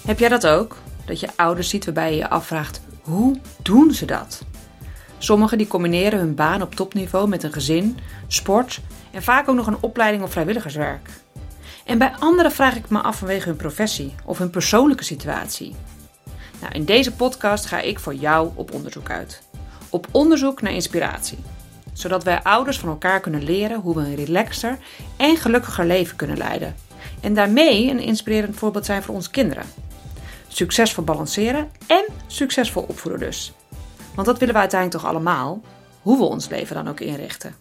Heb jij dat ook? Dat je ouders ziet waarbij je je afvraagt, hoe doen ze dat? Sommigen die combineren hun baan op topniveau met een gezin, sport en vaak ook nog een opleiding of vrijwilligerswerk. En bij anderen vraag ik me af vanwege hun professie of hun persoonlijke situatie. Nou, in deze podcast ga ik voor jou op onderzoek uit. Op onderzoek naar inspiratie. Zodat wij ouders van elkaar kunnen leren hoe we een relaxter en gelukkiger leven kunnen leiden. En daarmee een inspirerend voorbeeld zijn voor onze kinderen. Succesvol balanceren en succesvol opvoeden dus. Want dat willen we uiteindelijk toch allemaal, hoe we ons leven dan ook inrichten.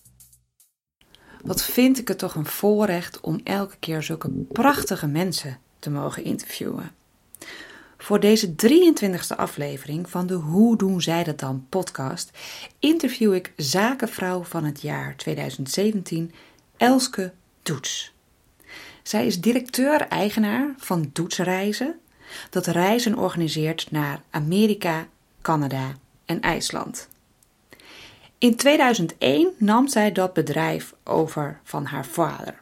Wat vind ik het toch een voorrecht om elke keer zulke prachtige mensen te mogen interviewen. Voor deze 23e aflevering van de Hoe doen zij dat dan podcast interview ik zakenvrouw van het jaar 2017, Elske Doets. Zij is directeur-eigenaar van Doets Reizen, dat reizen organiseert naar Amerika, Canada en IJsland. In 2001 nam zij dat bedrijf over van haar vader.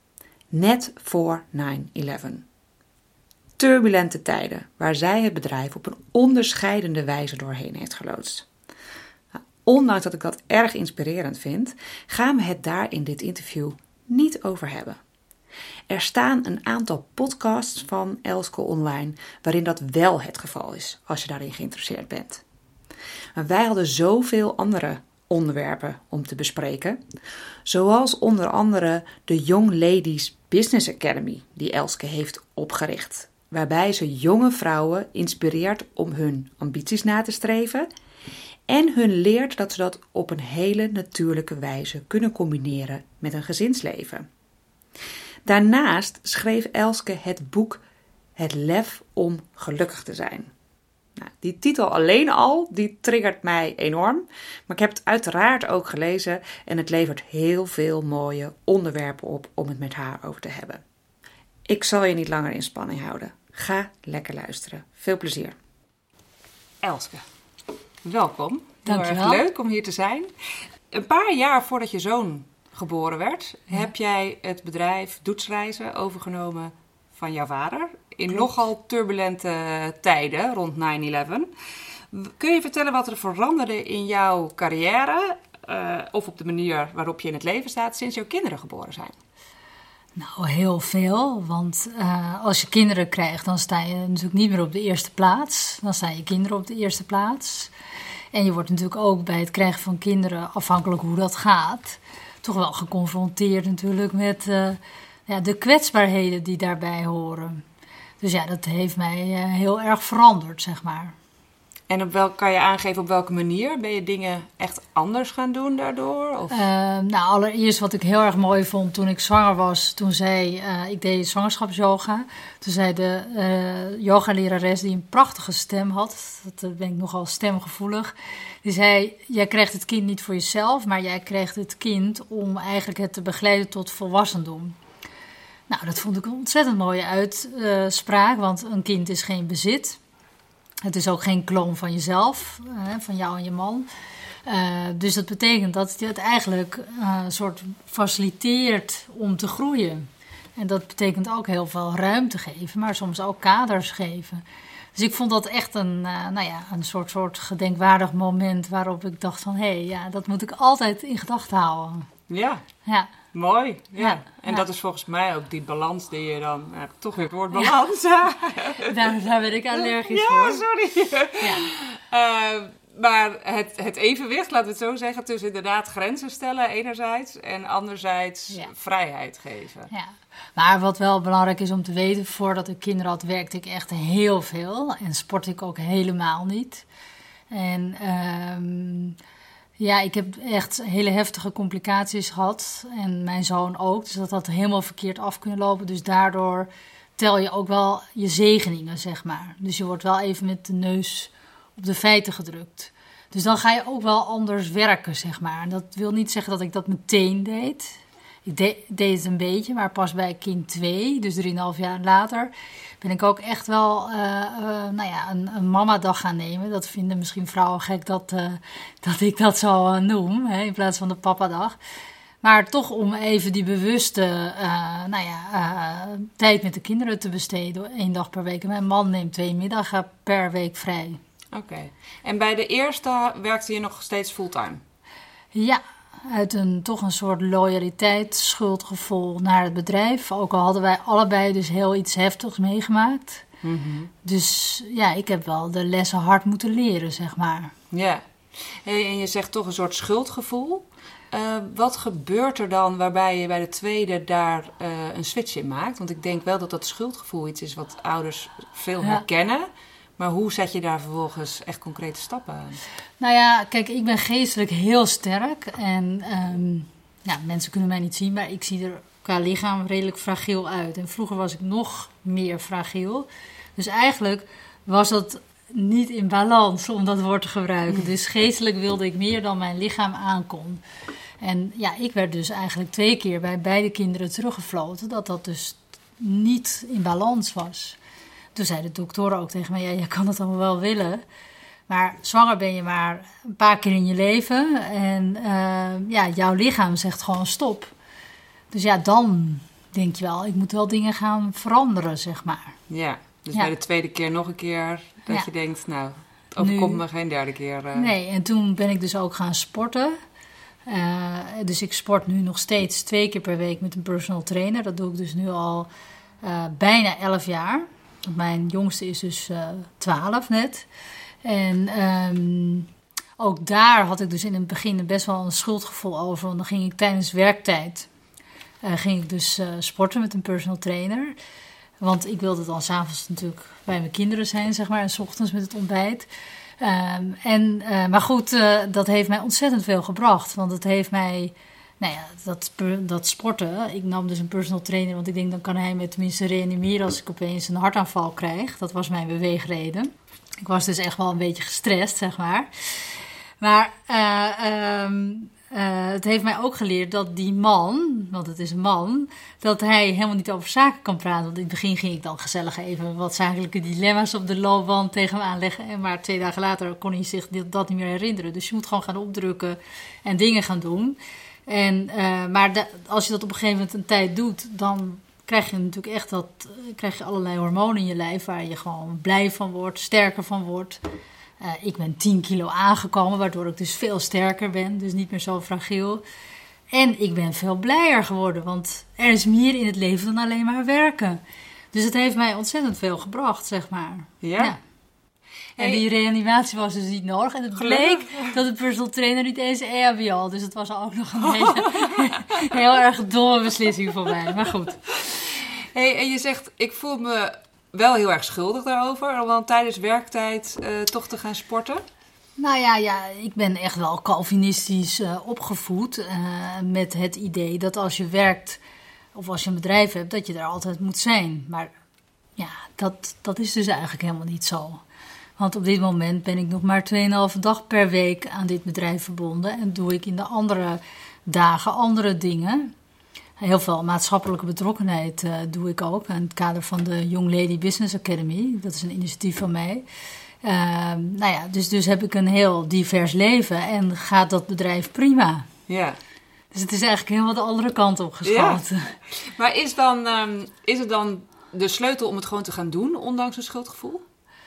Net voor 9/11. Turbulente tijden waar zij het bedrijf op een onderscheidende wijze doorheen heeft geloodst. Ondanks dat ik dat erg inspirerend vind, gaan we het daar in dit interview niet over hebben. Er staan een aantal podcasts van Elske online waarin dat wel het geval is, als je daarin geïnteresseerd bent. Maar wij hadden zoveel andere onderwerpen om te bespreken, zoals onder andere de Young Ladies Business Academy die Elske heeft opgericht, waarbij ze jonge vrouwen inspireert om hun ambities na te streven en hun leert dat ze dat op een hele natuurlijke wijze kunnen combineren met een gezinsleven. Daarnaast schreef Elske het boek Het lef om gelukkig te zijn. Nou, die titel alleen al, die triggert mij enorm. Maar ik heb het uiteraard ook gelezen en het levert heel veel mooie onderwerpen op om het met haar over te hebben. Ik zal je niet langer in spanning houden. Ga lekker luisteren. Veel plezier. Elske, welkom. Dankjewel. Heel erg leuk om hier te zijn. Een paar jaar voordat je zoon geboren werd, heb jij het bedrijf Doets Reizen overgenomen van jouw vader. In nogal turbulente tijden rond 9/11. Kun je vertellen wat er veranderde in jouw carrière of op de manier waarop je in het leven staat sinds jouw kinderen geboren zijn? Nou, heel veel. Want als je kinderen krijgt, dan sta je natuurlijk niet meer op de eerste plaats. Dan staan je kinderen op de eerste plaats. En je wordt natuurlijk ook bij het krijgen van kinderen, afhankelijk hoe dat gaat, toch wel geconfronteerd natuurlijk met de kwetsbaarheden die daarbij horen. Dus ja, dat heeft mij heel erg veranderd, zeg maar. En kan je aangeven op welke manier? Ben je dingen echt anders gaan doen daardoor? Of? Allereerst wat ik heel erg mooi vond toen ik zwanger was. Toen ik deed zwangerschapsyoga. Toen zei de yogalerares die een prachtige stem had. Dat ben ik nogal stemgevoelig. Die zei, jij krijgt het kind niet voor jezelf. Maar jij krijgt het kind om eigenlijk het te begeleiden tot volwassendom. Nou, dat vond ik een ontzettend mooie uitspraak. Want een kind is geen bezit. Het is ook geen kloon van jezelf, van jou en je man. Dus dat betekent dat je het eigenlijk een soort faciliteert om te groeien. En dat betekent ook heel veel ruimte geven, maar soms ook kaders geven. Dus ik vond dat echt een soort gedenkwaardig moment waarop ik dacht van, dat moet ik altijd in gedachten houden. Ja. Mooi, ja. En dat is volgens mij ook die balans die je dan... toch weer het woord balans. Daar ben ik allergisch voor. Ja, sorry. Ja. Maar het evenwicht, laten we het zo zeggen, tussen inderdaad grenzen stellen enerzijds en anderzijds vrijheid geven. Ja. Maar wat wel belangrijk is om te weten, voordat ik kinderen had, werkte ik echt heel veel. En sportte ik ook helemaal niet. En... ik heb echt hele heftige complicaties gehad. En mijn zoon ook. Dus dat had helemaal verkeerd af kunnen lopen. Dus daardoor tel je ook wel je zegeningen, zeg maar. Dus je wordt wel even met de neus op de feiten gedrukt. Dus dan ga je ook wel anders werken, zeg maar. En dat wil niet zeggen dat ik dat meteen deed. Ik deed het een beetje, maar pas bij kind 2, dus 3,5 jaar later, ben ik ook echt wel een mamadag gaan nemen. Dat vinden misschien vrouwen gek dat ik dat zo noem, in plaats van de papadag. Maar toch om even die bewuste tijd met de kinderen te besteden. 1 dag per week. En mijn man neemt 2 middagen per week vrij. Oké. En bij de eerste werkte je nog steeds fulltime? Ja, uit toch een soort loyaliteit, schuldgevoel naar het bedrijf. Ook al hadden wij allebei dus heel iets heftigs meegemaakt. Mm-hmm. Dus ja, ik heb wel de lessen hard moeten leren, zeg maar. Ja. Hey, en je zegt toch een soort schuldgevoel. Wat gebeurt er dan waarbij je bij de tweede daar een switch in maakt? Want ik denk wel dat dat schuldgevoel iets is wat ouders veel herkennen. Maar hoe zet je daar vervolgens echt concrete stappen aan? Nou ja, kijk, ik ben geestelijk heel sterk. En mensen kunnen mij niet zien, maar ik zie er qua lichaam redelijk fragiel uit. En vroeger was ik nog meer fragiel. Dus eigenlijk was dat niet in balans, om dat woord te gebruiken. Dus geestelijk wilde ik meer dan mijn lichaam aankon. En ja, ik werd dus eigenlijk 2 keer bij beide kinderen teruggefloten. Dat dus niet in balans was. Toen zei de dokter ook tegen mij, ja, je kan het allemaal wel willen. Maar zwanger ben je maar een paar keer in je leven. En jouw lichaam zegt gewoon stop. Dus ja, dan denk je wel, ik moet wel dingen gaan veranderen, zeg maar. Ja, dus bij de tweede keer nog een keer dat je denkt, nou, het overkomt me geen derde keer. Nee, en toen ben ik dus ook gaan sporten. Dus ik sport nu nog steeds 2 keer per week met een personal trainer. Dat doe ik dus nu al bijna 11 jaar. Mijn jongste is dus 12 net. En ook daar had ik dus in het begin best wel een schuldgevoel over. Want dan ging ik tijdens werktijd sporten met een personal trainer. Want ik wilde dan 's avonds natuurlijk bij mijn kinderen zijn, zeg maar. En 's ochtends met het ontbijt. Maar goed, dat heeft mij ontzettend veel gebracht. Want het heeft mij... Nou ja, dat sporten. Ik nam dus een personal trainer, want ik denk dan kan hij me tenminste reanimeren als ik opeens een hartaanval krijg. Dat was mijn beweegreden. Ik was dus echt wel een beetje gestrest, zeg maar. Maar het heeft mij ook geleerd dat die man, want het is een man, dat hij helemaal niet over zaken kan praten. Want in het begin ging ik dan gezellig even wat zakelijke dilemma's op de loopband tegen hem aanleggen. Maar 2 dagen later kon hij zich dat niet meer herinneren. Dus je moet gewoon gaan opdrukken en dingen gaan doen. Maar als je dat op een gegeven moment een tijd doet, dan krijg je natuurlijk echt krijg je allerlei hormonen in je lijf waar je gewoon blij van wordt, sterker van wordt. Ik ben 10 kilo aangekomen, waardoor ik dus veel sterker ben, dus niet meer zo fragiel. En ik ben veel blijer geworden, want er is meer in het leven dan alleen maar werken. Dus het heeft mij ontzettend veel gebracht, zeg maar. Ja. En die reanimatie was dus niet nodig. En het bleek dat de personal trainer niet eens EHBO had. Dus het was ook nog een heel erg domme beslissing voor mij. Maar goed. Hey, en je zegt, ik voel me wel heel erg schuldig daarover. Om dan tijdens werktijd toch te gaan sporten. Nou ja, ik ben echt wel Calvinistisch opgevoed. Met het idee dat als je werkt of als je een bedrijf hebt, dat je daar altijd moet zijn. Maar ja, dat is dus eigenlijk helemaal niet zo. Want op dit moment ben ik nog maar 2,5 dag per week aan dit bedrijf verbonden. En doe ik in de andere dagen andere dingen. Heel veel maatschappelijke betrokkenheid doe ik ook. In het kader van de Young Lady Business Academy. Dat is een initiatief van mij. Dus heb ik een heel divers leven. En gaat dat bedrijf prima. Ja. Dus het is eigenlijk helemaal de andere kant op geschoten. Ja. Maar is het dan de sleutel om het gewoon te gaan doen, ondanks een schuldgevoel?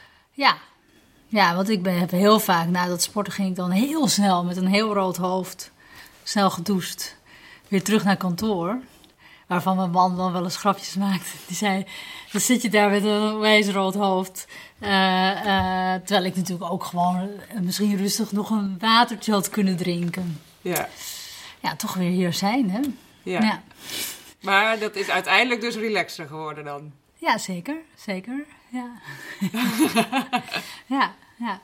Ja, want ik heb heel vaak na dat sporten ging ik dan heel snel met een heel rood hoofd, snel gedoucht, weer terug naar kantoor. Waarvan mijn man dan wel eens grapjes maakte. Die zei, dan zit je daar met een wijs rood hoofd. Terwijl ik natuurlijk ook gewoon misschien rustig nog een watertje had kunnen drinken. Ja. Ja, toch weer hier zijn, hè? Ja. Maar dat is uiteindelijk dus relaxer geworden dan? Ja, zeker. Ja. Ja.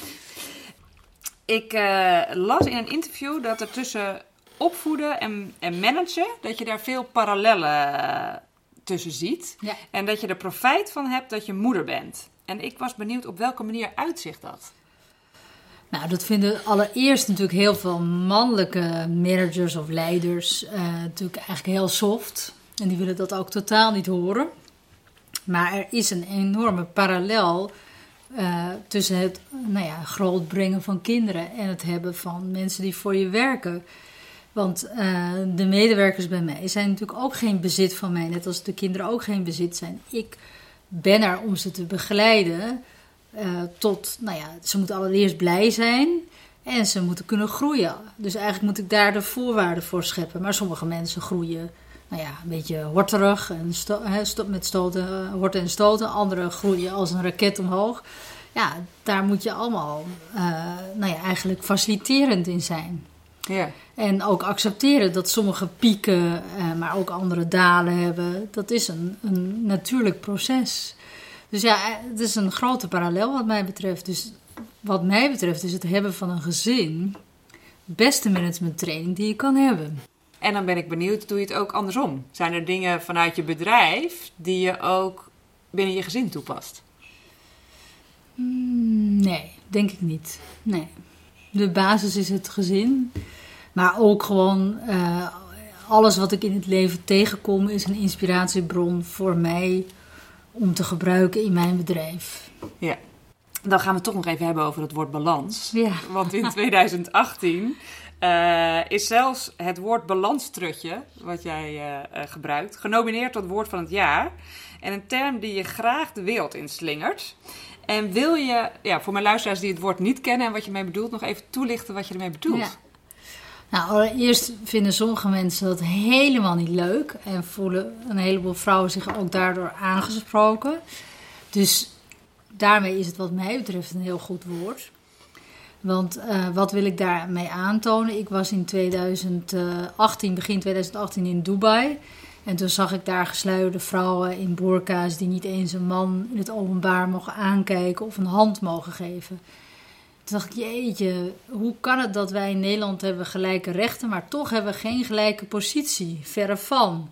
Ik las in een interview dat er tussen opvoeden en managen, dat je daar veel parallellen tussen ziet. Ja. En dat je er profijt van hebt dat je moeder bent. En ik was benieuwd op welke manier uitzicht dat? Nou, dat vinden allereerst natuurlijk heel veel mannelijke managers of leiders natuurlijk eigenlijk heel soft. En die willen dat ook totaal niet horen. Maar er is een enorme parallel tussen het grootbrengen van kinderen en het hebben van mensen die voor je werken. Want de medewerkers bij mij zijn natuurlijk ook geen bezit van mij. Net als de kinderen ook geen bezit zijn. Ik ben er om ze te begeleiden tot, ze moeten allereerst blij zijn. En ze moeten kunnen groeien. Dus eigenlijk moet ik daar de voorwaarden voor scheppen. Maar sommige mensen groeien een beetje horterig. En met stoten, horten en stoten. Anderen groeien als een raket omhoog. Ja, daar moet je allemaal eigenlijk faciliterend in zijn. Ja. En ook accepteren dat sommige pieken, maar ook andere dalen hebben. Dat is een natuurlijk proces. Dus ja, het is een grote parallel wat mij betreft. Dus wat mij betreft is het hebben van een gezin de beste managementtraining die je kan hebben. En dan ben ik benieuwd, doe je het ook andersom? Zijn er dingen vanuit je bedrijf die je ook binnen je gezin toepast? Nee, denk ik niet. Nee. De basis is het gezin. Maar ook gewoon alles wat ik in het leven tegenkom is een inspiratiebron voor mij om te gebruiken in mijn bedrijf. Ja. Dan gaan we het toch nog even hebben over het woord balans. Ja. Want in 2018 is zelfs het woord balanstrutje, wat jij gebruikt, genomineerd tot woord van het jaar. En een term die je graag de wereld inslingert. En wil je, voor mijn luisteraars die het woord niet kennen en wat je mee bedoelt, nog even toelichten wat je ermee bedoelt? Ja. Nou, allereerst vinden sommige mensen dat helemaal niet leuk. En voelen een heleboel vrouwen zich ook daardoor aangesproken. Dus daarmee is het wat mij betreft een heel goed woord. Want wat wil ik daarmee aantonen? Ik was in begin 2018 in Dubai. En toen zag ik daar gesluierde vrouwen in burka's die niet eens een man in het openbaar mogen aankijken of een hand mogen geven. Toen dacht ik, jeetje, hoe kan het dat wij in Nederland hebben gelijke rechten, maar toch hebben we geen gelijke positie? Verre van.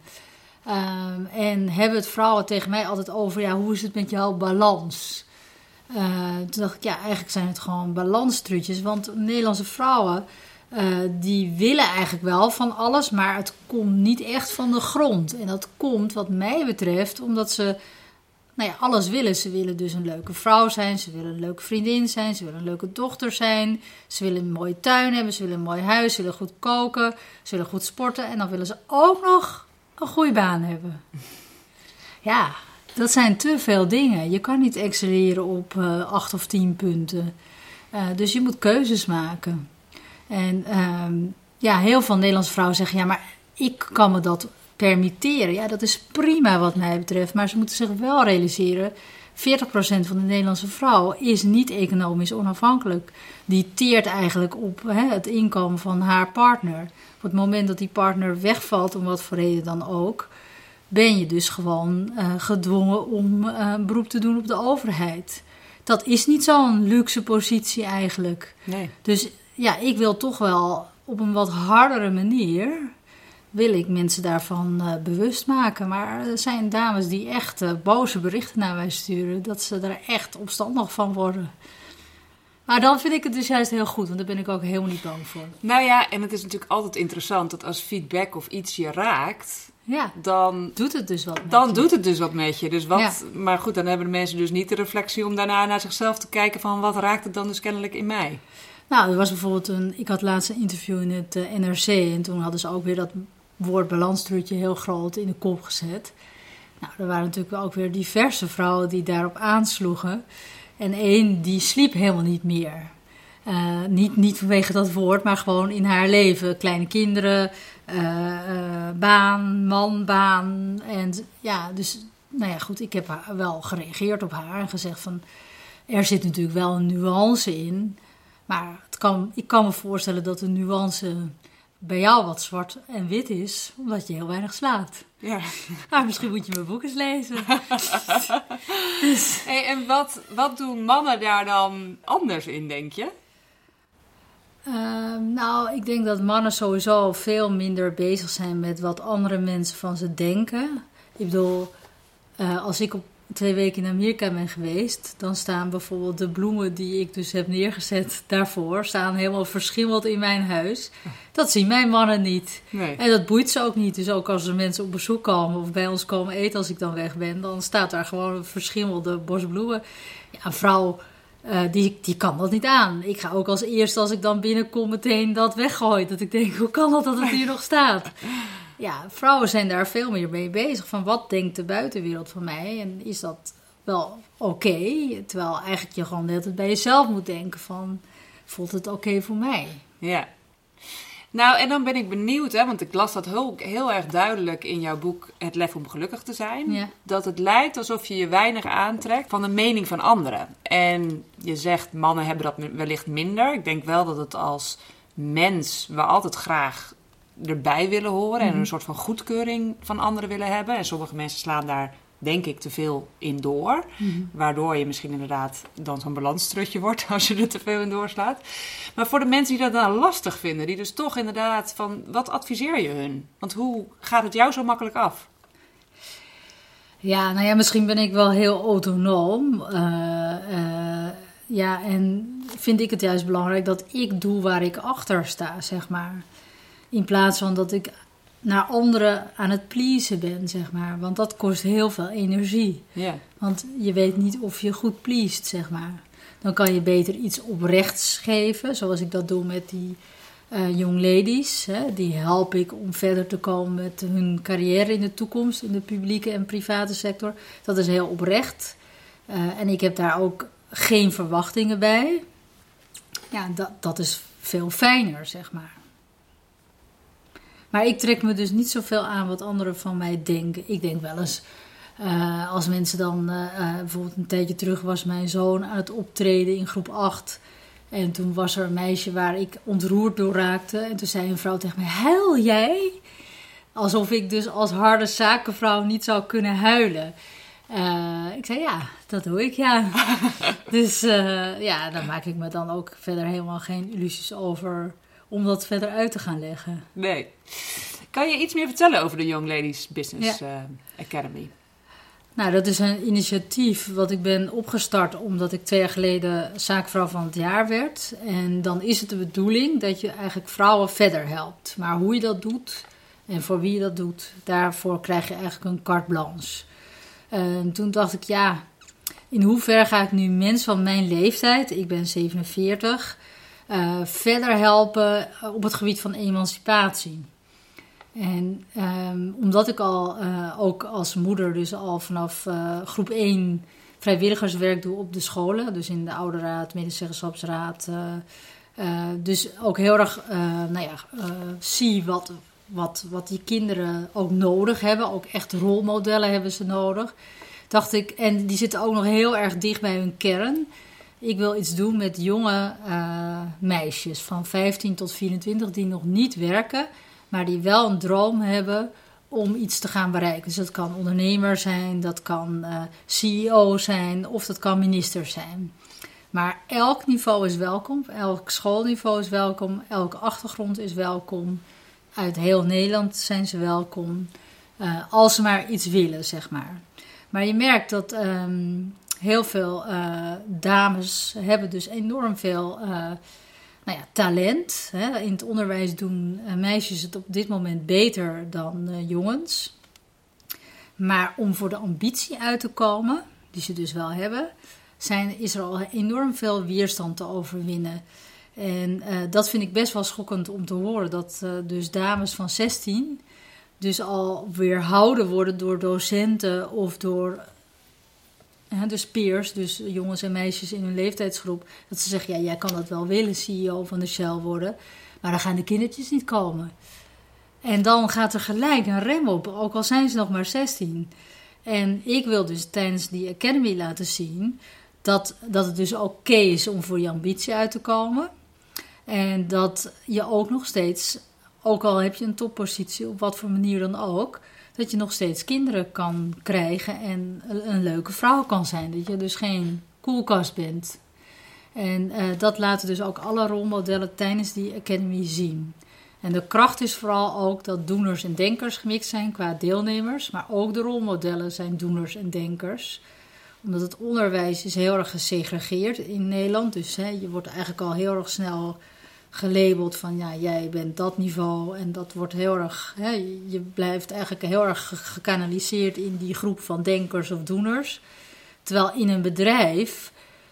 En hebben het vrouwen tegen mij altijd over, hoe is het met jouw balans? Toen dacht ik, eigenlijk zijn het gewoon balanstrutjes. Want Nederlandse vrouwen, die willen eigenlijk wel van alles, maar het komt niet echt van de grond. En dat komt, wat mij betreft, omdat ze alles willen. Ze willen dus een leuke vrouw zijn, ze willen een leuke vriendin zijn, ze willen een leuke dochter zijn. Ze willen een mooie tuin hebben, ze willen een mooi huis, ze willen goed koken, ze willen goed sporten. En dan willen ze ook nog een goede baan hebben. Ja, dat zijn te veel dingen. Je kan niet excelleren op 8 of 10 punten. Dus je moet keuzes maken. En heel veel Nederlandse vrouwen zeggen, maar ik kan me dat permitteren. Ja, dat is prima wat mij betreft. Maar ze moeten zich wel realiseren, 40% van de Nederlandse vrouw is niet economisch onafhankelijk. Die teert eigenlijk op het inkomen van haar partner. Op het moment dat die partner wegvalt, om wat voor reden dan ook, ben je dus gewoon gedwongen om beroep te doen op de overheid. Dat is niet zo'n luxe positie eigenlijk. Nee. Dus ik wil toch wel op een wat hardere manier, wil ik mensen daarvan bewust maken. Maar er zijn dames die echt boze berichten naar mij sturen, dat ze er echt opstandig van worden. Maar dan vind ik het dus juist heel goed, want daar ben ik ook helemaal niet bang voor. Nou ja, en het is natuurlijk altijd interessant dat als feedback of iets je raakt, dan doet het dus wat met je. Dus maar goed, dan hebben de mensen dus niet de reflectie om daarna naar zichzelf te kijken van wat raakt het dan dus kennelijk in mij? Nou, er was bijvoorbeeld ik had laatst een interview in het NRC en toen hadden ze ook weer dat woord balanstrutje heel groot in de kop gezet. Nou, er waren natuurlijk ook weer diverse vrouwen die daarop aansloegen. En één, die sliep helemaal niet meer. Niet vanwege dat woord, maar gewoon in haar leven. Kleine kinderen, baan. En dus, goed, ik heb wel gereageerd op haar en gezegd van, er zit natuurlijk wel een nuance in. Maar ik kan me voorstellen dat de nuance bij jou wat zwart en wit is, omdat je heel weinig slaapt. Ja. Maar misschien moet je mijn boek eens lezen. Dus. Hey, en wat doen mannen daar dan anders in, denk je? Ik denk dat mannen sowieso veel minder bezig zijn met wat andere mensen van ze denken. Ik bedoel, als ik op 2 weken in Amerika ben geweest, dan staan bijvoorbeeld de bloemen die ik dus heb neergezet daarvoor, staan helemaal verschimmeld in mijn huis. Dat zien mijn mannen niet. Nee. En dat boeit ze ook niet. Dus ook als er mensen op bezoek komen of bij ons komen eten als ik dan weg ben, dan staat daar gewoon een verschimmelde bos bloemen. Ja, een vrouw Die kan dat niet aan. Ik ga ook als eerste als ik dan binnenkom meteen dat weggooien. Dat ik denk, hoe kan dat het hier nog staat? Ja, vrouwen zijn daar veel meer mee bezig. Van wat denkt de buitenwereld van mij? En is dat wel oké? Terwijl eigenlijk je gewoon de hele tijd bij jezelf moet denken van, voelt het oké voor mij? Ja. Nou, en dan ben ik benieuwd, hè, want ik las dat heel erg duidelijk in jouw boek Het lef om gelukkig te zijn. Ja. Dat het lijkt alsof je je weinig aantrekt van de mening van anderen. En je zegt, mannen hebben dat wellicht minder. Ik denk wel dat het als mens we altijd graag erbij willen horen en een soort van goedkeuring van anderen willen hebben. En sommige mensen slaan daar, denk ik, te veel in door. Waardoor je misschien inderdaad dan zo'n balansstrutje wordt als je er te veel in doorslaat. Maar voor de mensen die dat dan lastig vinden, die dus toch inderdaad van, wat adviseer je hun? Want hoe gaat het jou zo makkelijk af? Ja, nou ja, misschien ben ik wel heel autonoom. Ja, en vind ik het juist belangrijk dat ik doe waar ik achter sta, zeg maar. In plaats van dat ik naar anderen aan het pleasen ben, zeg maar. Want dat kost heel veel energie. Ja. Want je weet niet of je goed pleest, zeg maar. Dan kan je beter iets oprechts geven, zoals ik dat doe met die young ladies. Hè. Die help ik om verder te komen met hun carrière in de toekomst, in de publieke en private sector. Dat is heel oprecht. En ik heb daar ook geen verwachtingen bij. Ja, dat is veel fijner, zeg maar. Maar ik trek me dus niet zoveel aan wat anderen van mij denken. Ik denk wel eens, als mensen dan, bijvoorbeeld een tijdje terug was mijn zoon aan het optreden in groep 8. En toen was er een meisje waar ik ontroerd door raakte. En toen zei een vrouw tegen mij, huil jij? Alsof ik dus als harde zakenvrouw niet zou kunnen huilen. Ik zei, ja, dat doe ik, ja. Dus ja, daar maak ik me dan ook verder helemaal geen illusies over om dat verder uit te gaan leggen. Nee. Kan je iets meer vertellen over de Young Ladies Business Academy? Nou, dat is een initiatief wat ik ben opgestart omdat ik 2 jaar geleden zaakvrouw van het jaar werd. En dan is het de bedoeling dat je eigenlijk vrouwen verder helpt. Maar hoe je dat doet en voor wie je dat doet, daarvoor krijg je eigenlijk een carte blanche. En toen dacht ik, ja, in hoeverre ga ik nu mensen van mijn leeftijd, ik ben 47, verder helpen op het gebied van emancipatie. En omdat ik al ook als moeder dus al vanaf groep 1 vrijwilligerswerk doe op de scholen, dus in de ouderraad, medezeggenschapsraad, dus ook heel erg zie wat die kinderen ook nodig hebben, ook echt rolmodellen hebben ze nodig, dacht ik, en die zitten ook nog heel erg dicht bij hun kern. Ik wil iets doen met jonge meisjes van 15 tot 24 die nog niet werken, maar die wel een droom hebben om iets te gaan bereiken. Dus dat kan ondernemer zijn, dat kan CEO zijn of dat kan minister zijn. Maar elk niveau is welkom, elk schoolniveau is welkom, elke achtergrond is welkom. Uit heel Nederland zijn ze welkom, als ze maar iets willen, zeg maar. Maar je merkt dat heel veel dames hebben dus enorm veel talent. Hè. In het onderwijs doen meisjes het op dit moment beter dan jongens. Maar om voor de ambitie uit te komen, die ze dus wel hebben, is er al enorm veel weerstand te overwinnen. En dat vind ik best wel schokkend om te horen. Dat dus dames van 16 dus al weerhouden worden door docenten of door dus peers, dus jongens en meisjes in hun leeftijdsgroep. Dat ze zeggen, ja, jij kan dat wel willen, CEO van de Shell worden. Maar dan gaan de kindertjes niet komen. En dan gaat er gelijk een rem op, ook al zijn ze nog maar 16. En ik wil dus tijdens die academy laten zien dat het dus oké is om voor je ambitie uit te komen. En dat je ook nog steeds, ook al heb je een toppositie, op wat voor manier dan ook, dat je nog steeds kinderen kan krijgen en een leuke vrouw kan zijn. Dat je dus geen koelkast bent. En dat laten dus ook alle rolmodellen tijdens die academy zien. En de kracht is vooral ook dat doeners en denkers gemixt zijn qua deelnemers. Maar ook de rolmodellen zijn doeners en denkers. Omdat het onderwijs is heel erg gesegregeerd in Nederland. Dus je wordt eigenlijk al heel erg snel gelabeld van, ja, jij bent dat niveau. En dat wordt heel erg, je blijft eigenlijk heel erg gekanaliseerd in die groep van denkers of doeners. Terwijl in een bedrijf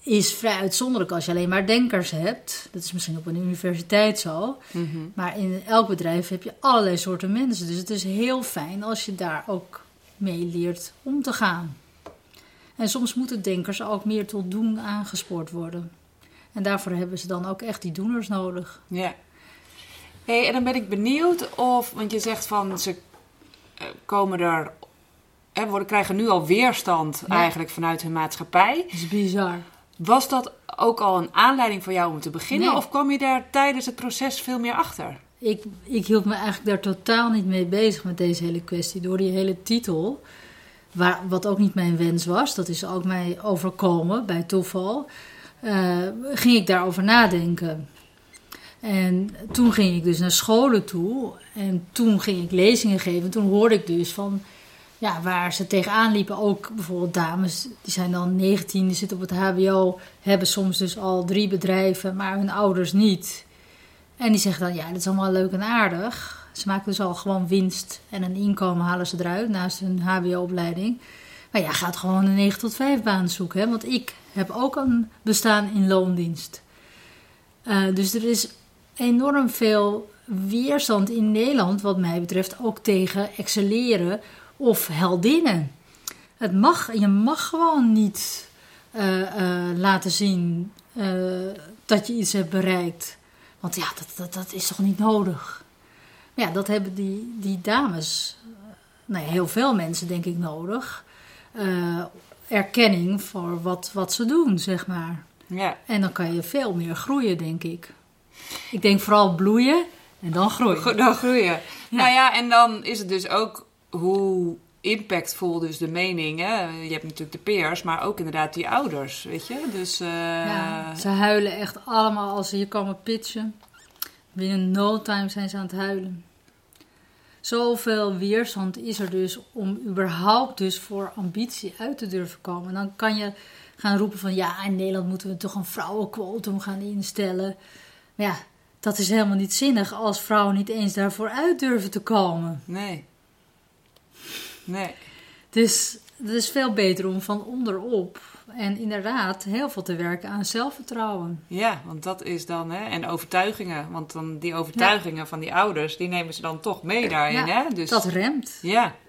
is vrij uitzonderlijk als je alleen maar denkers hebt. Dat is misschien op een universiteit zo. Mhm. Maar in elk bedrijf heb je allerlei soorten mensen. Dus het is heel fijn als je daar ook mee leert om te gaan. En soms moeten denkers ook meer tot doen aangespoord worden. En daarvoor hebben ze dan ook echt die doeners nodig. Ja. Hey, en dan ben ik benieuwd want je zegt van ze komen er, krijgen nu al weerstand eigenlijk vanuit hun maatschappij. Dat is bizar. Was dat ook al een aanleiding voor jou om te beginnen? Nee. Of kwam je daar tijdens het proces veel meer achter? Ik hield me eigenlijk daar totaal niet mee bezig met deze hele kwestie. Door die hele titel, wat ook niet mijn wens was, dat is ook mij overkomen bij toeval, ging ik daarover nadenken. En toen ging ik dus naar scholen toe en toen ging ik lezingen geven. En toen hoorde ik dus van, waar ze tegenaan liepen, ook bijvoorbeeld dames, die zijn dan 19, die zitten op het hbo, hebben soms dus al 3 bedrijven, maar hun ouders niet. En die zeggen dan, dat is allemaal leuk en aardig. Ze maken dus al gewoon winst en een inkomen halen ze eruit naast hun hbo-opleiding. Maar gaat gewoon een 9 tot 5 baan zoeken, hè? Want ik heb ook een bestaan in loondienst. Dus er is enorm veel weerstand in Nederland, wat mij betreft, ook tegen excelleren of heldinnen. Je mag gewoon niet laten zien dat je iets hebt bereikt. Want dat is toch niet nodig? Ja, dat hebben die dames, heel veel mensen denk ik nodig. Erkenning voor wat ze doen, zeg maar. Ja. En dan kan je veel meer groeien, denk ik. Ik denk vooral bloeien en dan groeien. Dan groeien. Ja. Nou ja, en dan is het dus ook hoe impactvol dus de mening. Hè? Je hebt natuurlijk de peers, maar ook inderdaad die ouders, weet je. Dus, ze huilen echt allemaal als ze hier komen pitchen. Binnen no time zijn ze aan het huilen. Zoveel weerstand is er dus om überhaupt dus voor ambitie uit te durven komen. Dan kan je gaan roepen van in Nederland moeten we toch een vrouwenquotum gaan instellen. Maar dat is helemaal niet zinnig als vrouwen niet eens daarvoor uit durven te komen. Nee. Dus het is veel beter om van onderop en inderdaad heel veel te werken aan zelfvertrouwen. Ja, want dat is dan, en overtuigingen. Want dan die overtuigingen van die ouders, die nemen ze dan toch mee daarin, hè? Dus, dat remt.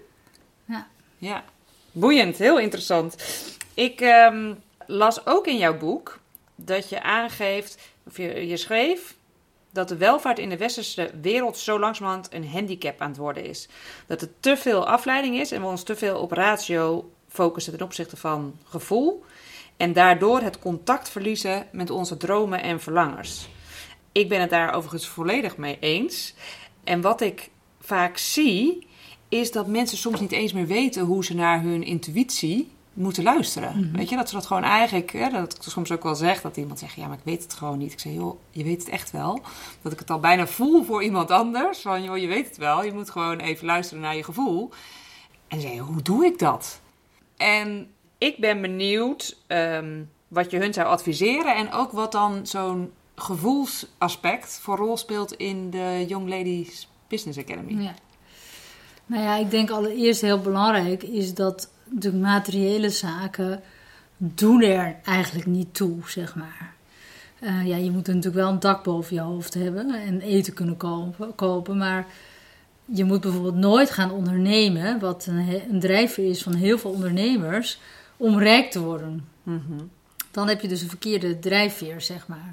Ja. Boeiend, heel interessant. Ik las ook in jouw boek dat je aangeeft, of je schreef, dat de welvaart in de westerse wereld zo langzamerhand een handicap aan het worden is. Dat er te veel afleiding is en we ons te veel op ratio focussen ten opzichte van gevoel. En daardoor het contact verliezen met onze dromen en verlangens. Ik ben het daar overigens volledig mee eens. En wat ik vaak zie, is dat mensen soms niet eens meer weten hoe ze naar hun intuïtie moeten luisteren. Mm-hmm. Weet je, dat ze dat gewoon eigenlijk, dat ik soms ook wel zeg, dat iemand zegt, maar ik weet het gewoon niet. Ik zeg, je weet het echt wel. Dat ik het al bijna voel voor iemand anders. Van, je weet het wel. Je moet gewoon even luisteren naar je gevoel. En dan zeg je, hoe doe ik dat? En ik ben benieuwd wat je hun zou adviseren en ook wat dan zo'n gevoelsaspect voor rol speelt in de Young Ladies Business Academy. Ja. Nou ja, ik denk allereerst heel belangrijk is dat de materiële zaken doen er eigenlijk niet toe, zeg maar. Je moet natuurlijk wel een dak boven je hoofd hebben en eten kunnen kopen, maar je moet bijvoorbeeld nooit gaan ondernemen, wat een drijfveer is van heel veel ondernemers, om rijk te worden. Mm-hmm. Dan heb je dus een verkeerde drijfveer, zeg maar.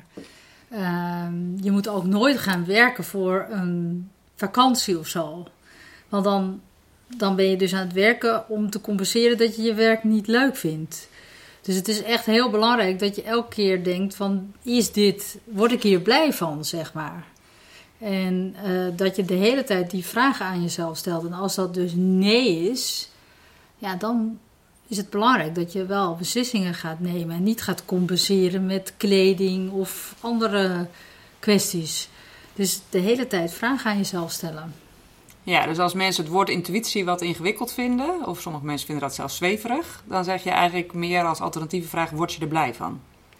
Je moet ook nooit gaan werken voor een vakantie of zo. Want dan ben je dus aan het werken om te compenseren dat je je werk niet leuk vindt. Dus het is echt heel belangrijk dat je elke keer denkt van, word ik hier blij van, zeg maar. En dat je de hele tijd die vragen aan jezelf stelt. En als dat dus nee is, dan is het belangrijk dat je wel beslissingen gaat nemen. En niet gaat compenseren met kleding of andere kwesties. Dus de hele tijd vragen aan jezelf stellen. Ja, dus als mensen het woord intuïtie wat ingewikkeld vinden, of sommige mensen vinden dat zelfs zweverig, dan zeg je eigenlijk meer als alternatieve vraag, word je er blij van?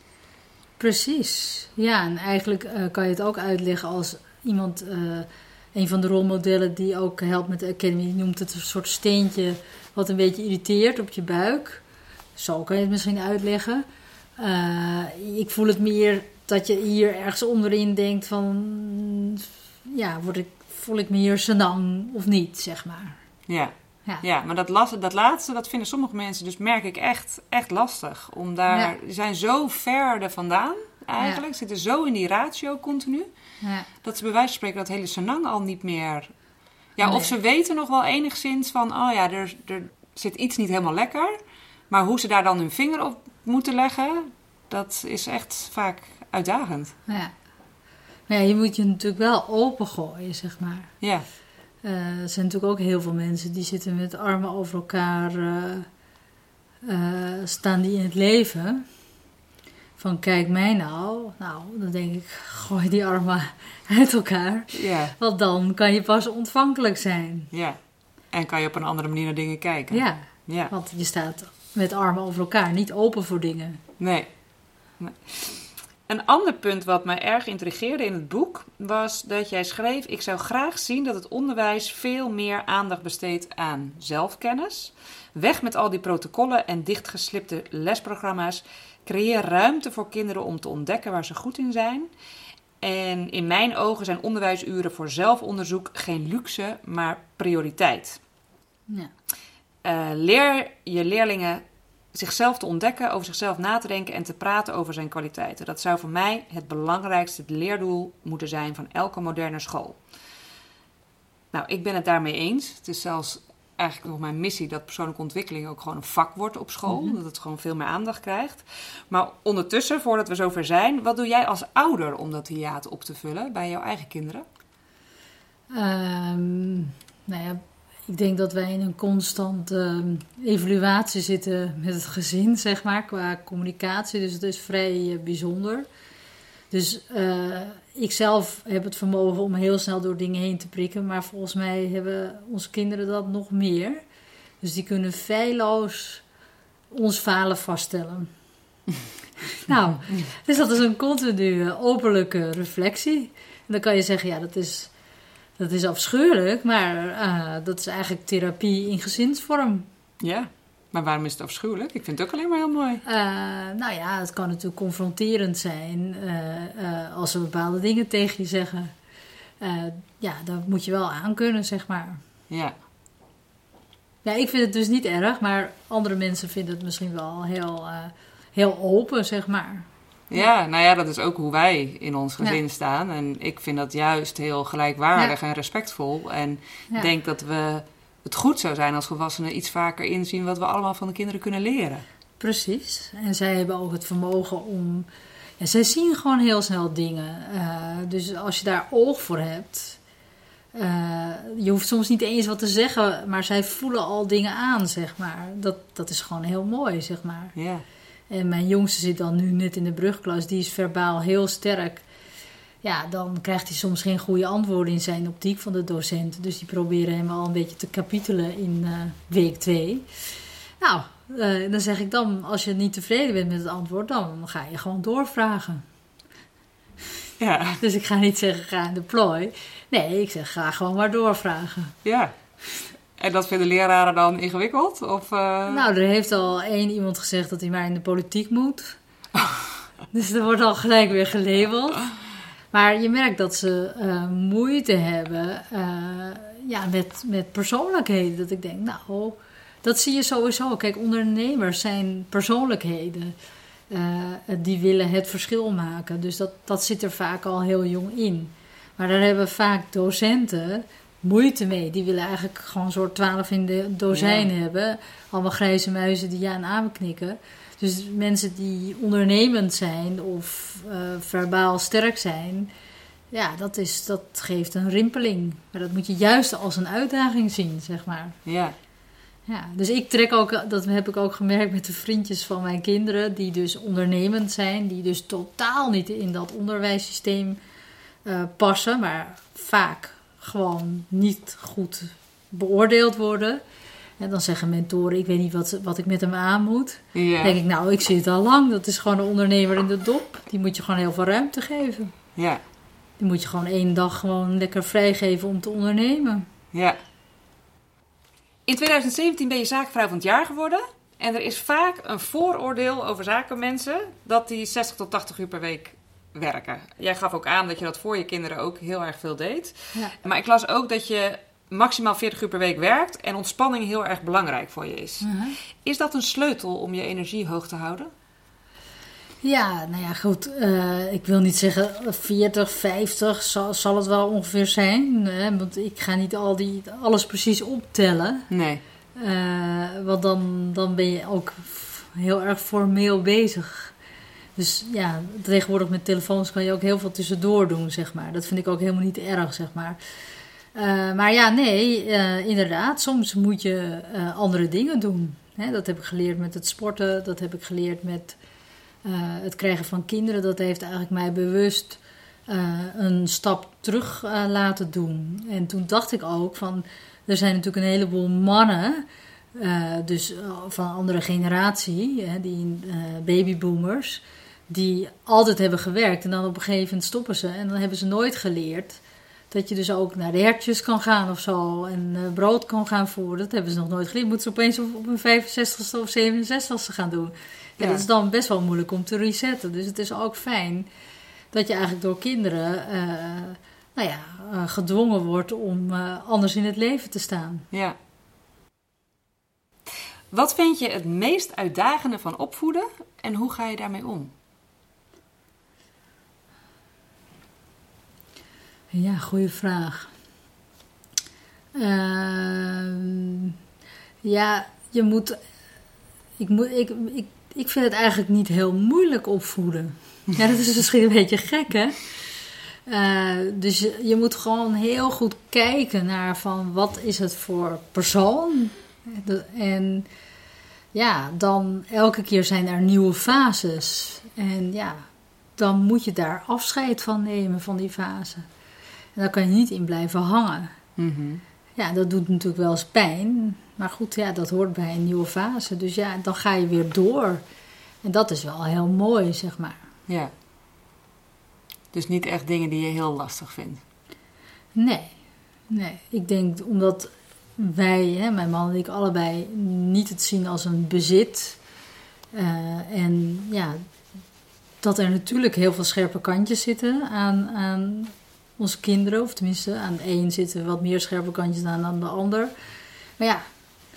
Precies. Ja, en eigenlijk kan je het ook uitleggen als iemand, een van de rolmodellen die ook helpt met de Academy, die noemt het een soort steentje wat een beetje irriteert op je buik. Zo kan je het misschien uitleggen. Ik voel het meer dat je hier ergens onderin denkt van... Ja, voel ik me hier senang of niet, zeg maar. Ja, maar dat laatste, dat vinden sommige mensen, dus merk ik echt lastig. Die zijn zo ver er vandaan eigenlijk, zitten zo in die ratio continu, dat ze bij wijze van spreken dat hele senang al niet meer... Ja, nee. Of ze weten nog wel enigszins van, er zit iets niet helemaal lekker. Maar hoe ze daar dan hun vinger op moeten leggen, dat is echt vaak uitdagend. Ja. Maar ja, je moet je natuurlijk wel opengooien, zeg maar. Ja. Er zijn natuurlijk ook heel veel mensen die zitten met armen over elkaar, staan die in het leven. Van kijk mij nou. Nou, dan denk ik, gooi die armen uit elkaar. Ja. Want dan kan je pas ontvankelijk zijn. Ja. En kan je op een andere manier naar dingen kijken. Ja. Want je staat met armen over elkaar, niet open voor dingen. Nee. Een ander punt wat mij erg intrigeerde in het boek was dat jij schreef: ik zou graag zien dat het onderwijs veel meer aandacht besteedt aan zelfkennis. Weg met al die protocollen en dichtgeslipte lesprogramma's. Creëer ruimte voor kinderen om te ontdekken waar ze goed in zijn. En in mijn ogen zijn onderwijsuren voor zelfonderzoek geen luxe, maar prioriteit. Ja. Leer je leerlingen zichzelf te ontdekken, over zichzelf na te denken en te praten over zijn kwaliteiten. Dat zou voor mij het belangrijkste leerdoel moeten zijn van elke moderne school. Nou, ik ben het daarmee eens. Het is zelfs eigenlijk nog mijn missie dat persoonlijke ontwikkeling ook gewoon een vak wordt op school. Mm-hmm. Dat het gewoon veel meer aandacht krijgt. Maar ondertussen, voordat we zover zijn, wat doe jij als ouder om dat hiaat op te vullen bij jouw eigen kinderen? Ik denk dat wij in een constante evaluatie zitten met het gezin, zeg maar, qua communicatie. Dus het is vrij bijzonder. Dus ik zelf heb het vermogen om heel snel door dingen heen te prikken. Maar volgens mij hebben onze kinderen dat nog meer. Dus die kunnen feilloos ons falen vaststellen. Nou, dus dat is een continue openlijke reflectie. En dan kan je zeggen, ja, dat is afschuwelijk, maar dat is eigenlijk therapie in gezinsvorm. Ja, maar waarom is het afschuwelijk? Ik vind het ook alleen maar heel mooi. Het kan natuurlijk confronterend zijn als ze bepaalde dingen tegen je zeggen. Dat moet je wel aankunnen, zeg maar. Ja. Ja, ik vind het dus niet erg, maar andere mensen vinden het misschien wel heel open, zeg maar. Ja, dat is ook hoe wij in ons gezin staan. En ik vind dat juist heel gelijkwaardig en respectvol. En denk dat het goed zou zijn als volwassenen iets vaker inzien wat we allemaal van de kinderen kunnen leren. Precies. En zij hebben ook het vermogen om... Ja, zij zien gewoon heel snel dingen. Dus als je daar oog voor hebt... je hoeft soms niet eens wat te zeggen, maar zij voelen al dingen aan, zeg maar. Dat is gewoon heel mooi, zeg maar. Ja. En mijn jongste zit dan nu net in de brugklas. Die is verbaal heel sterk. Ja, dan krijgt hij soms geen goede antwoorden in zijn optiek van de docenten. Dus die proberen hem al een beetje te kapitelen in week 2. Nou, dan zeg ik dan, als je niet tevreden bent met het antwoord, dan ga je gewoon doorvragen. Ja. Dus ik ga niet zeggen, ga in de plooi. Nee, ik zeg, ga gewoon maar doorvragen. Ja. En dat vinden leraren dan ingewikkeld? Of, Nou, er heeft al iemand gezegd dat hij maar in de politiek moet. Dus er wordt al gelijk weer gelabeld. Maar je merkt dat ze moeite hebben met persoonlijkheden. Dat ik denk, nou, dat zie je sowieso. Kijk, ondernemers zijn persoonlijkheden. Die willen het verschil maken. Dus dat zit er vaak al heel jong in. Maar daar hebben vaak docenten moeite mee. Die willen eigenlijk gewoon een soort 12 in de dozijn hebben. Allemaal grijze muizen die ja en amen knikken. Dus mensen die ondernemend zijn of verbaal sterk zijn, ja, dat geeft een rimpeling. Maar dat moet je juist als een uitdaging zien, zeg maar. Ja. Ja, dus ik trek ook, dat heb ik ook gemerkt met de vriendjes van mijn kinderen, die dus ondernemend zijn, die dus totaal niet in dat onderwijssysteem passen, maar vaak gewoon niet goed beoordeeld worden. En dan zeggen mentoren, ik weet niet wat ik met hem aan moet. Ja. Dan denk ik, nou, ik zie het al lang. Dat is gewoon een ondernemer in de dop. Die moet je gewoon heel veel ruimte geven. Ja. Die moet je gewoon 1 dag gewoon lekker vrijgeven om te ondernemen. Ja. In 2017 ben je zaakvrouw van het jaar geworden. En er is vaak een vooroordeel over zakenmensen dat die 60 tot 80 uur per week werken. Jij gaf ook aan dat je dat voor je kinderen ook heel erg veel deed. Ja. Maar ik las ook dat je maximaal 40 uur per week werkt en ontspanning heel erg belangrijk voor je is. Is dat een sleutel om je energie hoog te houden? Ja, nou ja, goed. Ik wil niet zeggen 40, 50 zal het wel ongeveer zijn. Want ik ga niet alles precies optellen. Nee. Want dan ben je ook heel erg formeel bezig. Dus ja, tegenwoordig met telefoons kan je ook heel veel tussendoor doen, zeg maar. Dat vind ik ook helemaal niet erg, zeg maar. Maar ja, nee, inderdaad. Soms moet je andere dingen doen. Dat heb ik geleerd met het sporten. Dat heb ik geleerd met het krijgen van kinderen. Dat heeft eigenlijk mij bewust een stap terug laten doen. En toen dacht ik ook van... Er zijn natuurlijk een heleboel mannen... dus van een andere generatie... die babyboomers... die altijd hebben gewerkt. En dan op een gegeven moment stoppen ze. En dan hebben ze nooit geleerd... dat je dus ook naar de hertjes kan gaan of zo. En brood kan gaan voeren. Dat hebben ze nog nooit geleerd. Moeten ze opeens op een 65ste of 67ste gaan doen. Ja, dat is dan best wel moeilijk om te resetten. Dus het is ook fijn dat je eigenlijk door kinderen gedwongen wordt om anders in het leven te staan. Ja. Wat vind je het meest uitdagende van opvoeden en hoe ga je daarmee om? Ja, goede vraag. Je moet... Ik vind het eigenlijk niet heel moeilijk opvoeden. Ja, dat is misschien een beetje gek, hè? Dus je moet gewoon heel goed kijken naar van wat is het voor persoon. En ja, dan elke keer zijn er nieuwe fases. En ja, dan moet je daar afscheid van nemen van die fase. En daar kan je niet in blijven hangen. Mm-hmm. Ja, dat doet natuurlijk wel eens pijn. Maar goed, ja, dat hoort bij een nieuwe fase. Dus ja, dan ga je weer door. En dat is wel heel mooi, zeg maar. Ja. Dus niet echt dingen die je heel lastig vindt? Nee. Ik denk omdat wij, mijn man en ik, allebei niet het zien als een bezit. En ja, dat er natuurlijk heel veel scherpe kantjes zitten aan onze kinderen. Of tenminste, aan de een zitten wat meer scherpe kantjes dan aan de ander. Maar ja,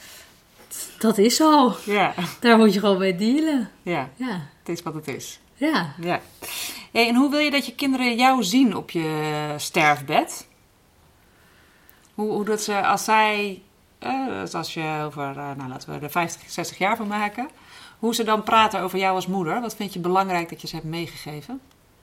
dat is zo. Ja. Daar moet je gewoon mee dealen. Ja, ja. Het is wat het is. Ja. Ja. Hey, en hoe wil je dat je kinderen jou zien op je sterfbed? Hoe dat ze, als zij, als je over, laten we er 50, 60 jaar van maken. Hoe ze dan praten over jou als moeder. Wat vind je belangrijk dat je ze hebt meegegeven?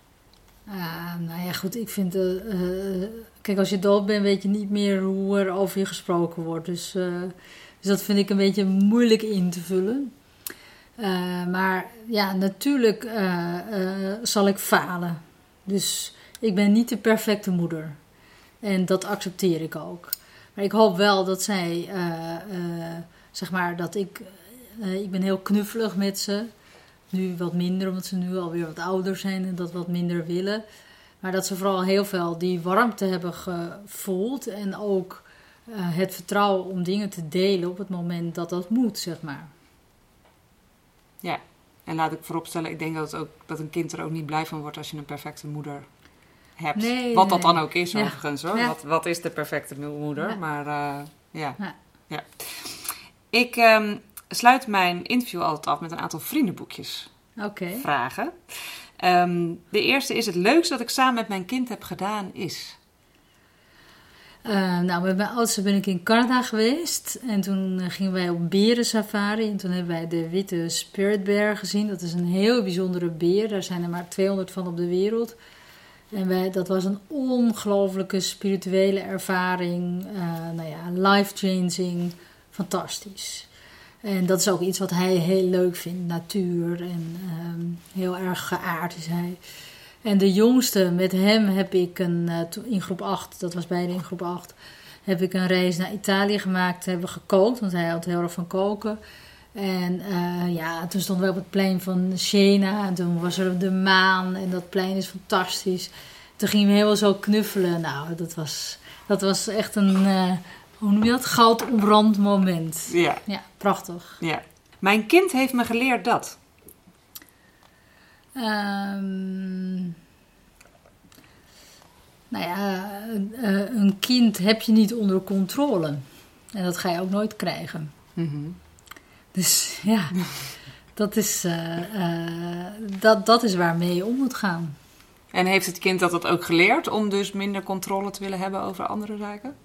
Nou ja, goed, ik vind... kijk, als je dood bent, weet je niet meer hoe er over je gesproken wordt. Dus dat vind ik een beetje moeilijk in te vullen. Maar ja, natuurlijk zal ik falen. Dus ik ben niet de perfecte moeder. En dat accepteer ik ook. Maar ik hoop wel dat zij, zeg maar, dat ik ben heel knuffelig met ze. Nu wat minder, omdat ze nu alweer wat ouder zijn en dat wat minder willen. Maar dat ze vooral heel veel die warmte hebben gevoeld. En ook het vertrouwen om dingen te delen op het moment dat dat moet, zeg maar. Ja, en laat ik vooropstellen, ik denk dat een kind er ook niet blij van wordt als je een perfecte moeder hebt. Nee, wat dat dan ook is, ja. overigens hoor. Ja. Wat is de perfecte moeder? Ja. Maar ja. Ik sluit mijn interview altijd af met een aantal vriendenboekjes. Okay. Vragen. De eerste is: het leukste dat ik samen met mijn kind heb gedaan is? Met mijn oudste ben ik in Canada geweest. En toen gingen wij op berensafari. En toen hebben wij de witte spirit bear gezien. Dat is een heel bijzondere beer. Daar zijn er maar 200 van op de wereld. En dat was een ongelooflijke spirituele ervaring. Life-changing. Fantastisch. En dat is ook iets wat hij heel leuk vindt. Natuur en heel erg geaard is hij. En de jongste, met hem heb ik in groep 8, dat was beide in groep 8, heb ik een reis naar Italië gemaakt. Hebben we gekookt, want hij had heel erg van koken. En toen stonden we op het plein van Siena. En toen was er de maan en dat plein is fantastisch. Toen gingen we helemaal zo knuffelen. Nou, dat was echt een, hoe noem je dat? Goud omrand moment. Ja. Ja, prachtig. Ja. Mijn kind heeft me geleerd dat. Een kind heb je niet onder controle. En dat ga je ook nooit krijgen. Mm-hmm. Dus ja, dat is waarmee je om moet gaan. En heeft het kind dat ook geleerd om dus minder controle te willen hebben over andere zaken?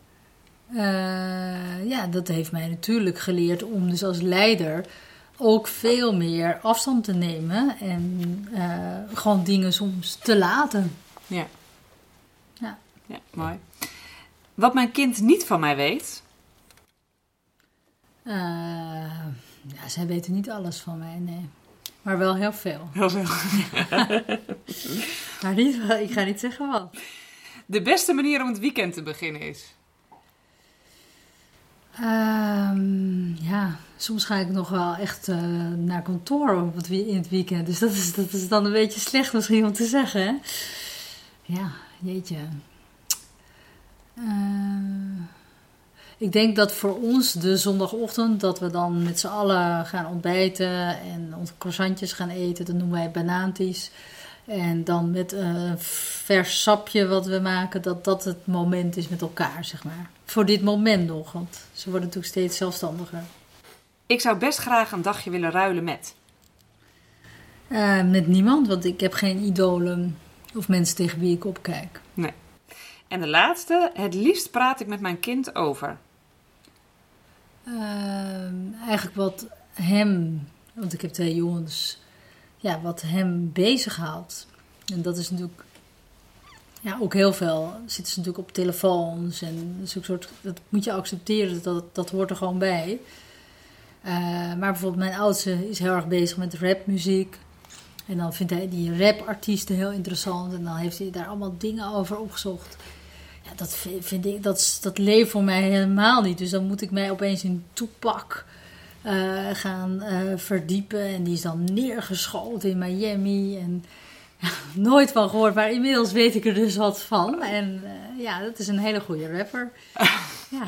Dat heeft mij natuurlijk geleerd om dus als leider ook veel meer afstand te nemen en gewoon dingen soms te laten. Ja. Ja. Ja, mooi. Wat mijn kind niet van mij weet? Zij weten niet alles van mij, nee. Maar wel heel veel. Heel veel. Maar ik ga niet zeggen wat. De beste manier om het weekend te beginnen is? Soms ga ik nog wel echt naar kantoor in het weekend. Dus dat is dan een beetje slecht misschien om te zeggen, hè? Ja, jeetje. Ik denk dat voor ons de zondagochtend, dat we dan met z'n allen gaan ontbijten en onze croissantjes gaan eten. Dat noemen wij banaanties. En dan met een vers sapje wat we maken, dat het moment is met elkaar, zeg maar. Voor dit moment nog, want ze worden natuurlijk steeds zelfstandiger. Ik zou best graag een dagje willen ruilen met? Met niemand, want ik heb geen idolen of mensen tegen wie ik opkijk. Nee. En de laatste, het liefst praat ik met mijn kind over? Eigenlijk wat hem, want ik heb 2 jongens, wat hem bezighoudt. En dat is natuurlijk ook heel veel. Zitten ze natuurlijk op telefoons en zo'n soort, dat moet je accepteren, dat hoort er gewoon bij. Maar bijvoorbeeld mijn oudste is heel erg bezig met rapmuziek. En dan vindt hij die rapartiesten heel interessant. En dan heeft hij daar allemaal dingen over opgezocht. Ja, dat vind ik, dat leeft voor mij helemaal niet. Dus dan moet ik mij opeens in Tupac gaan verdiepen. En die is dan neergeschoten in Miami. En nooit van gehoord. Maar inmiddels weet ik er dus wat van. En dat is een hele goede rapper. Ja.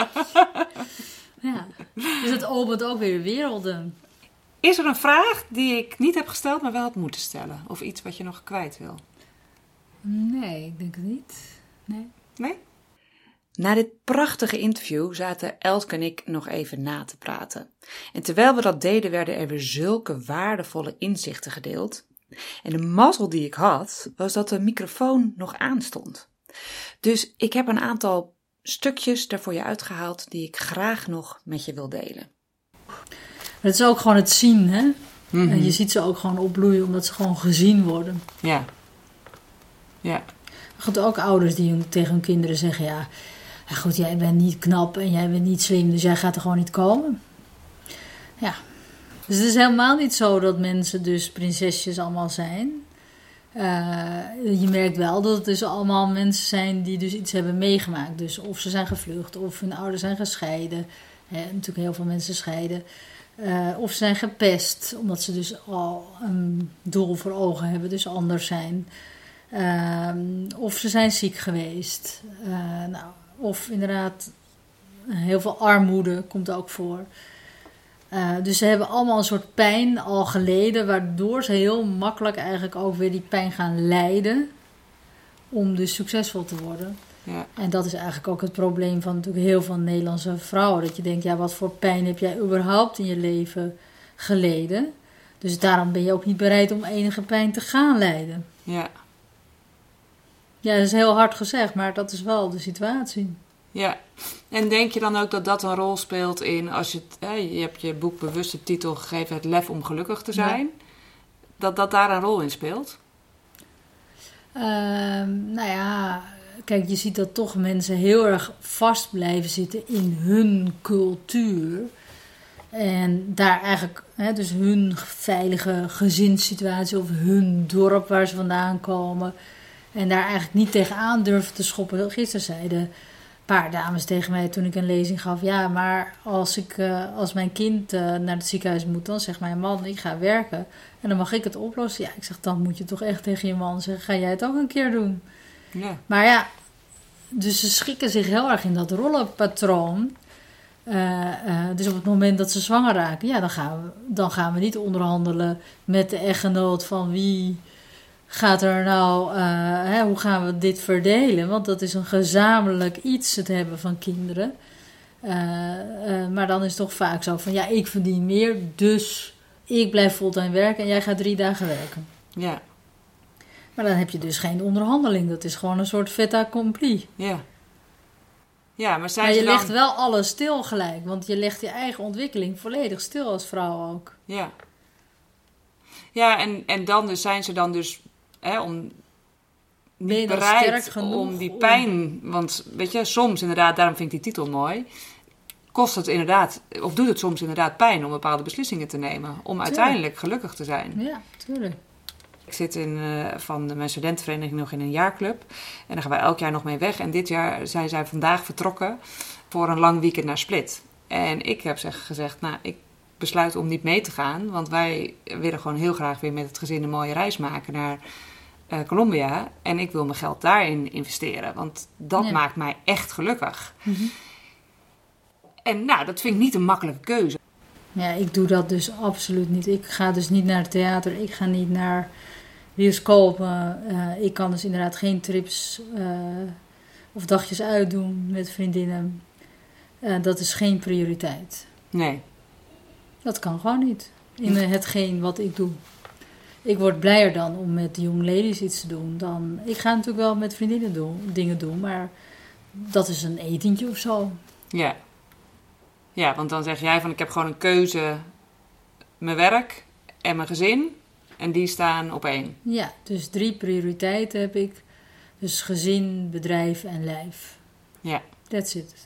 Ja. Dus het opent ook weer werelden. Is er een vraag die ik niet heb gesteld, maar wel had moeten stellen? Of iets wat je nog kwijt wil? Nee, ik denk het niet. Nee? Na dit prachtige interview zaten Elske en ik nog even na te praten. En terwijl we dat deden, werden er weer zulke waardevolle inzichten gedeeld. En de mazzel die ik had, was dat de microfoon nog aanstond. Dus ik heb een aantal stukjes er voor je uitgehaald die ik graag nog met je wil delen. Het is ook gewoon het zien, hè? Mm-hmm. En je ziet ze ook gewoon opbloeien omdat ze gewoon gezien worden. Ja. Goed, ook ouders die tegen hun kinderen zeggen, ja, goed, jij bent niet knap en jij bent niet slim, dus jij gaat er gewoon niet komen. Ja. Dus het is helemaal niet zo dat mensen dus prinsesjes allemaal zijn. Je merkt wel dat het dus allemaal mensen zijn die dus iets hebben meegemaakt. Dus of ze zijn gevlucht, of hun ouders zijn gescheiden. Natuurlijk heel veel mensen scheiden. Of ze zijn gepest, omdat ze dus al een doel voor ogen hebben, dus anders zijn. Of ze zijn ziek geweest. Of inderdaad, heel veel armoede komt ook voor. Dus ze hebben allemaal een soort pijn al geleden, waardoor ze heel makkelijk eigenlijk ook weer die pijn gaan lijden om dus succesvol te worden. Ja. En dat is eigenlijk ook het probleem van natuurlijk heel veel Nederlandse vrouwen. Dat je denkt, ja, wat voor pijn heb jij überhaupt in je leven geleden? Dus daarom ben je ook niet bereid om enige pijn te gaan lijden. Ja. Ja, dat is heel hard gezegd, maar dat is wel de situatie. Ja, en denk je dan ook dat dat een rol speelt in, als je je hebt je boek bewust de titel gegeven, Het lef om gelukkig te zijn, dat daar een rol in speelt? Kijk, je ziet dat toch mensen heel erg vast blijven zitten in hun cultuur. En daar eigenlijk, dus hun veilige gezinssituatie of hun dorp waar ze vandaan komen. En daar eigenlijk niet tegenaan durven te schoppen. Gisteren zeiden een paar dames tegen mij toen ik een lezing gaf. Ja, maar als mijn kind naar het ziekenhuis moet, dan zegt mijn man, ik ga werken. En dan mag ik het oplossen. Ja, ik zeg, dan moet je toch echt tegen je man zeggen, ga jij het ook een keer doen? Ja. Maar ja, dus ze schikken zich heel erg in dat rollenpatroon. Dus op het moment dat ze zwanger raken, ja, dan gaan we niet onderhandelen met de echtgenoot van wie gaat er nou, hoe gaan we dit verdelen? Want dat is een gezamenlijk iets, het hebben van kinderen. Maar dan is het toch vaak zo van, ja, ik verdien meer, dus ik blijf fulltime werken en jij gaat 3 dagen werken. Ja. Maar dan heb je dus geen onderhandeling. Dat is gewoon een soort fait accompli. Ja. Ja, maar je legt wel alles stil gelijk. Want je legt je eigen ontwikkeling volledig stil als vrouw ook. Ja. Ja, en dan dus zijn ze dan dus niet bereid om die pijn... Want weet je, soms inderdaad, daarom vind ik die titel mooi... kost het inderdaad, of doet het soms inderdaad pijn om bepaalde beslissingen te nemen. Om uiteindelijk gelukkig te zijn. Ja, tuurlijk. Ik zit van mijn studentenvereniging nog in een jaarclub. En daar gaan wij elk jaar nog mee weg. En dit jaar zijn zij vandaag vertrokken voor een lang weekend naar Split. En ik heb gezegd, nou, ik besluit om niet mee te gaan. Want wij willen gewoon heel graag weer met het gezin een mooie reis maken naar Colombia. En ik wil mijn geld daarin investeren. Want dat maakt mij echt gelukkig. Mm-hmm. En nou, dat vind ik niet een makkelijke keuze. Ja, ik doe dat dus absoluut niet. Ik ga dus niet naar het theater. Ik ga niet naar bioscopen. Ik kan dus inderdaad geen trips of dagjes uitdoen met vriendinnen. Dat is geen prioriteit. Nee. Dat kan gewoon niet. In hetgeen wat ik doe. Ik word blijer dan om met young ladies iets te doen. Dan, ik ga natuurlijk wel met vriendinnen dingen doen. Maar dat is een etentje of zo. Ja. Ja, want dan zeg jij van ik heb gewoon een keuze, mijn werk en mijn gezin. En die staan op 1. Ja, dus 3 prioriteiten heb ik. Dus gezin, bedrijf en lijf. Ja. That's it.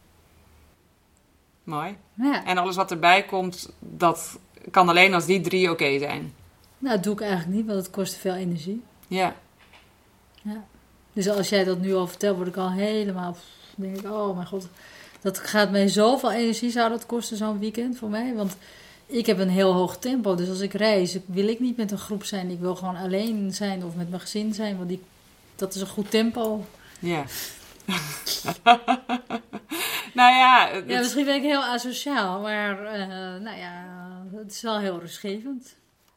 Mooi. Ja. En alles wat erbij komt, dat kan alleen als die 3 oké zijn. Nou, dat doe ik eigenlijk niet, want het kost veel energie. Ja. Ja. Dus als jij dat nu al vertelt, word ik al helemaal... denk ik, oh mijn god... Dat gaat mij zoveel energie, zou dat kosten zo'n weekend voor mij. Want ik heb een heel hoog tempo. Dus als ik reis, wil ik niet met een groep zijn. Ik wil gewoon alleen zijn of met mijn gezin zijn. Want dat is een goed tempo. Ja. Nou ja... Ja, misschien ben ik heel asociaal. Maar nou ja, het is wel heel rustgevend.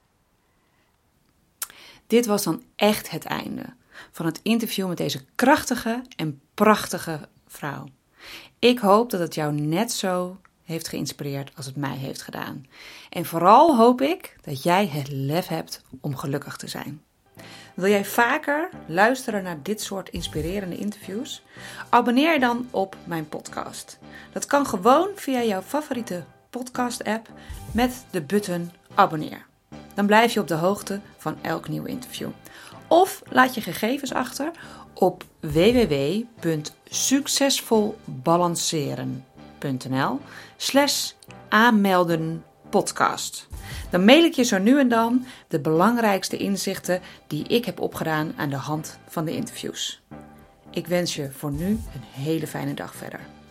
Dit was dan echt het einde van het interview met deze krachtige en prachtige vrouw. Ik hoop dat het jou net zo heeft geïnspireerd als het mij heeft gedaan. En vooral hoop ik dat jij het lef hebt om gelukkig te zijn. Wil jij vaker luisteren naar dit soort inspirerende interviews? Abonneer je dan op mijn podcast. Dat kan gewoon via jouw favoriete podcast-app met de button abonneer. Dan blijf je op de hoogte van elk nieuw interview. Of laat je gegevens achter op www.succesvolbalanceren.nl/aanmeldenpodcast. Dan mail ik je zo nu en dan de belangrijkste inzichten die ik heb opgedaan aan de hand van de interviews. Ik wens je voor nu een hele fijne dag verder.